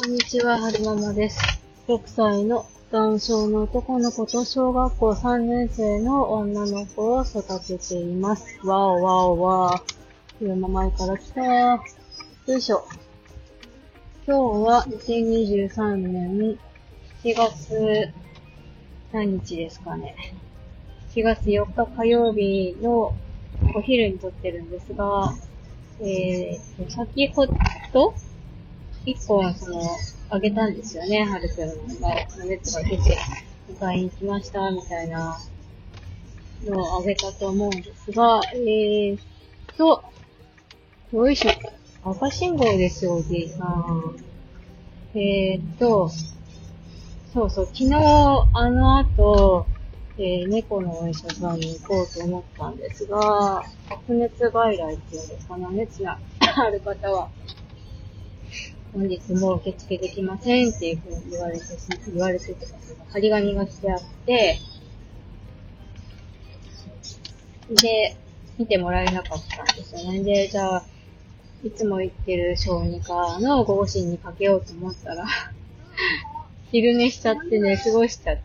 んにちは、はるままです。6歳の男性の男の子と小学校3年生の女の子を育てています。わおわおわー。車前から来たー。よいしょ。今日は2023年7月何日ですかね。4月4日火曜日のお昼に撮ってるんですが、先ほど一本あげたんですよね。はるくんが熱が出て迎えに来ましたみたいなのをあげたと思うんですが、よいしょ。赤信号ですよ、おじいさん。そうそう、昨日あの後、猫のお医者さんに行こうと思ったんですが、発熱外来っていうんですかね、熱がある方は、本日も受付できませんっていうふうに言われてとか、張り紙がしてあって、で、見てもらえなかったんですよね。で、じゃあ、いつも行ってる小児科の護護士にかけようと思ったら、昼寝しちゃって寝過ごしちゃって、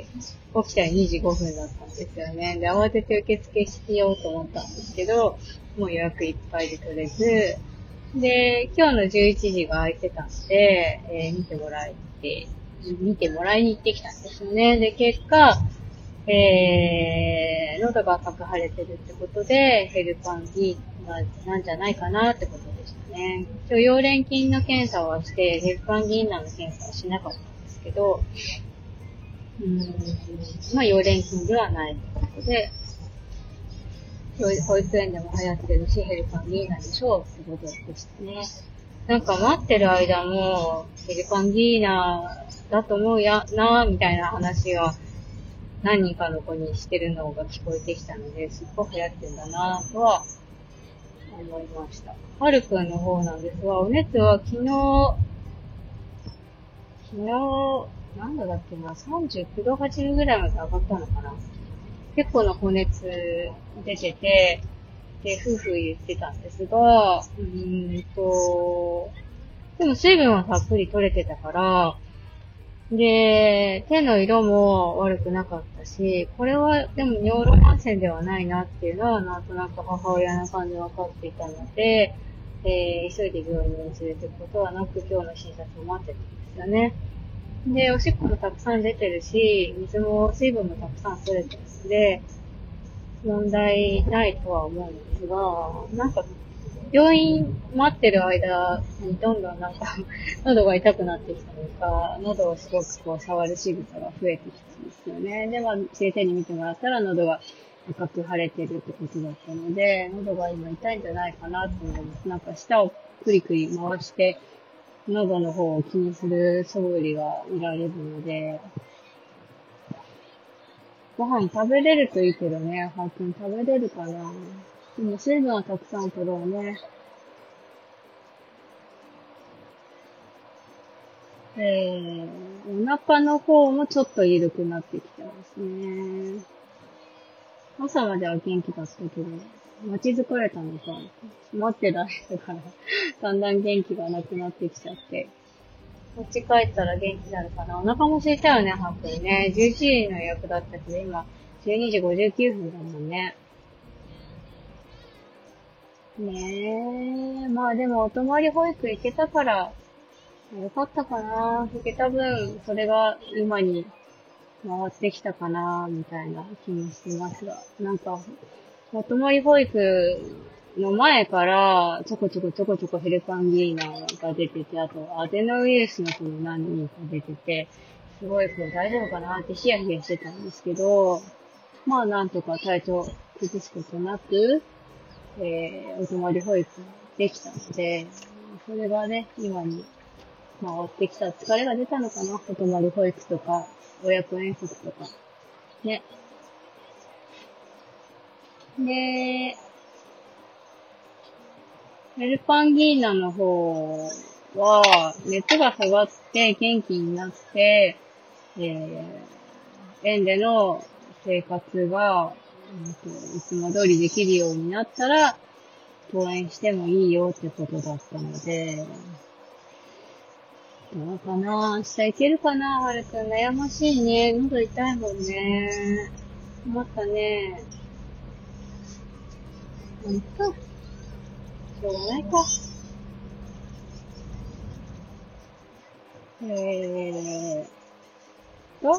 起きたら2時5分だったんですよね。で、慌てて受付しようと思ったんですけど、もう予約いっぱいで取れず、で、今日の11時が空いてたので、見てもらいに行ってきたんですよね。で、結果、喉がか腫れてるってことで、ヘルパンギーナなんじゃないかなってことでしたね。今日、溶連菌の検査をして、ヘルパンギーナの検査はしなかったんですけど、溶連菌ではないってことで、保育園でも流行ってるし、ヘルパンギーナでしょうってことでしたね。なんか待ってる間も、ヘルパンギーナだと思うなみたいな話が何人かの子にしてるのが聞こえてきたので、すっごく流行ってんだなとは思いました。はるくんの方なんですが、お熱は昨日、何度だっけな、39度8分ぐらいまで上がったのかな。結構な高熱出てて、で、夫婦言ってたんですが、でも水分はたっぷり取れてたから、で、手の色も悪くなかったし、これはでも尿路感染ではないなっていうのはなんとなく母親の感じ分かっていたので、急いで病院に連れていくことはなく今日の診察を待ってたんですよね。で、おしっこもたくさん出てるし、水分もたくさん取れてるので、問題ないとは思うんですが、なんか、病院待ってる間にどんどん喉が痛くなってきたのか、喉をすごく触る仕草が増えてきたんですよね。で、先生に見てもらったら喉が赤く腫れてるってことだったので、喉が今痛いんじゃないかなと思います。なんか舌をクリクリ回して、喉の方を気にする素振りが見られるので、ご飯食べれるといいけどね、はーくん食べれるかな。でも水分はたくさん取ろうね。お腹の方もちょっと緩くなってきてますね。朝までは元気だったけど、待ち疲れたのか、待ってられたから、だんだん元気がなくなってきちゃって。こっち帰ったら元気になるかな。お腹も空いたよね、はっくりね。11時の予約だったけど、今、12時59分だもんね。ねえ。まあでも、お泊まり保育行けたから、よかったかな。行けた分、それが今に回ってきたかな、みたいな気もしてますが。なんか、お泊まり保育の前から、ちょこちょこヘルパンギーナが出てて、あと、アデノウイルスの子も何人か出てて、すごい大丈夫かなってヒヤヒヤしてたんですけど、まあなんとか体調崩すことなく、お泊まり保育できたので、それがね、今に回ってきた疲れが出たのかな、お泊まり保育とか、親子遠足とか。ね。で、ヘルパンギーナの方は、熱が下がって元気になって、園での生活が、いつも通りできるようになったら、登園してもいいよってことだったので、 どうかな、明日行けるかな、はるくん。悩ましいね。喉痛いもんね。困ったね。ほんと。しょうがないか。と、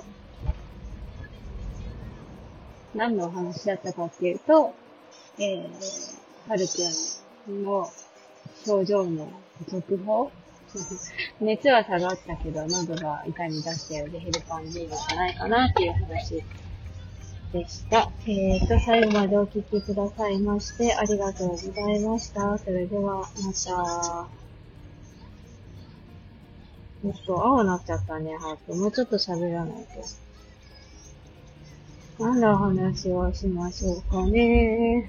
何のお話だったかっていうと、はるくんの症状の続報熱は下がったけど、喉が痛み出したようでヘルパンギーナじゃないかなっていう話でした。最後までお聞きくださいましてありがとうございました。それではまた。青になっちゃったね、ハート。もうちょっと喋らないと。なんだお話をしましょうかね。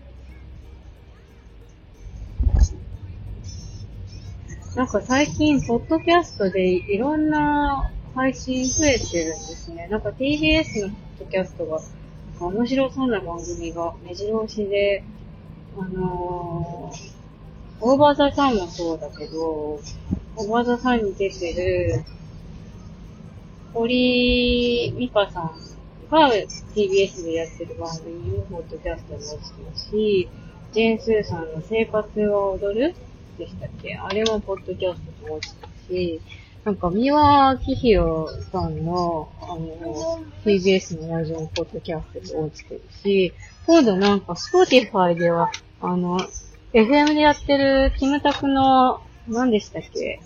なんか最近、ポッドキャストでいろんな配信増えてるんですね。なんか TBS のポッドキャストが、面白そうな番組が目白押しで、オーバーザさんもそうだけど、オーバーザさんに出てる、堀美香さんが TBS でやってる番組にもポッドキャストに落ちてるし、ジェーンスーさんの生活は踊るでしたっけ、あれもポッドキャストに落ちてるし、なんか三輪明宏さんのTBS のラジオのポッドキャストで落ちてるし、今度なんか Spotify ではFM でやってるキムタクの何でしたっけ、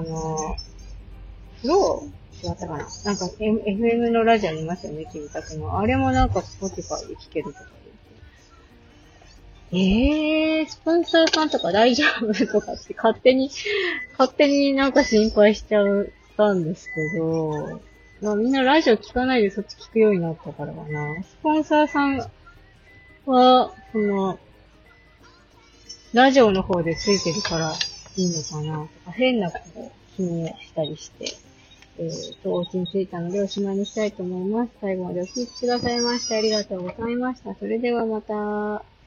フロー違ったかな、なんか、FM のラジオありますよね、キムタクの。あれもなんか Spotify で聴けるとかで。スポンサーさんとか大丈夫とかって勝手になんか心配しちゃったんですけど、みんなラジオ聞かないでそっち聞くようになったからかな。スポンサーさんは、ラジオの方でついてるからいいのかなとか、変なことを気にしたりして、お家に着いたのでおしまいにしたいと思います。最後までお聞きくださいましてありがとうございました。それではまた。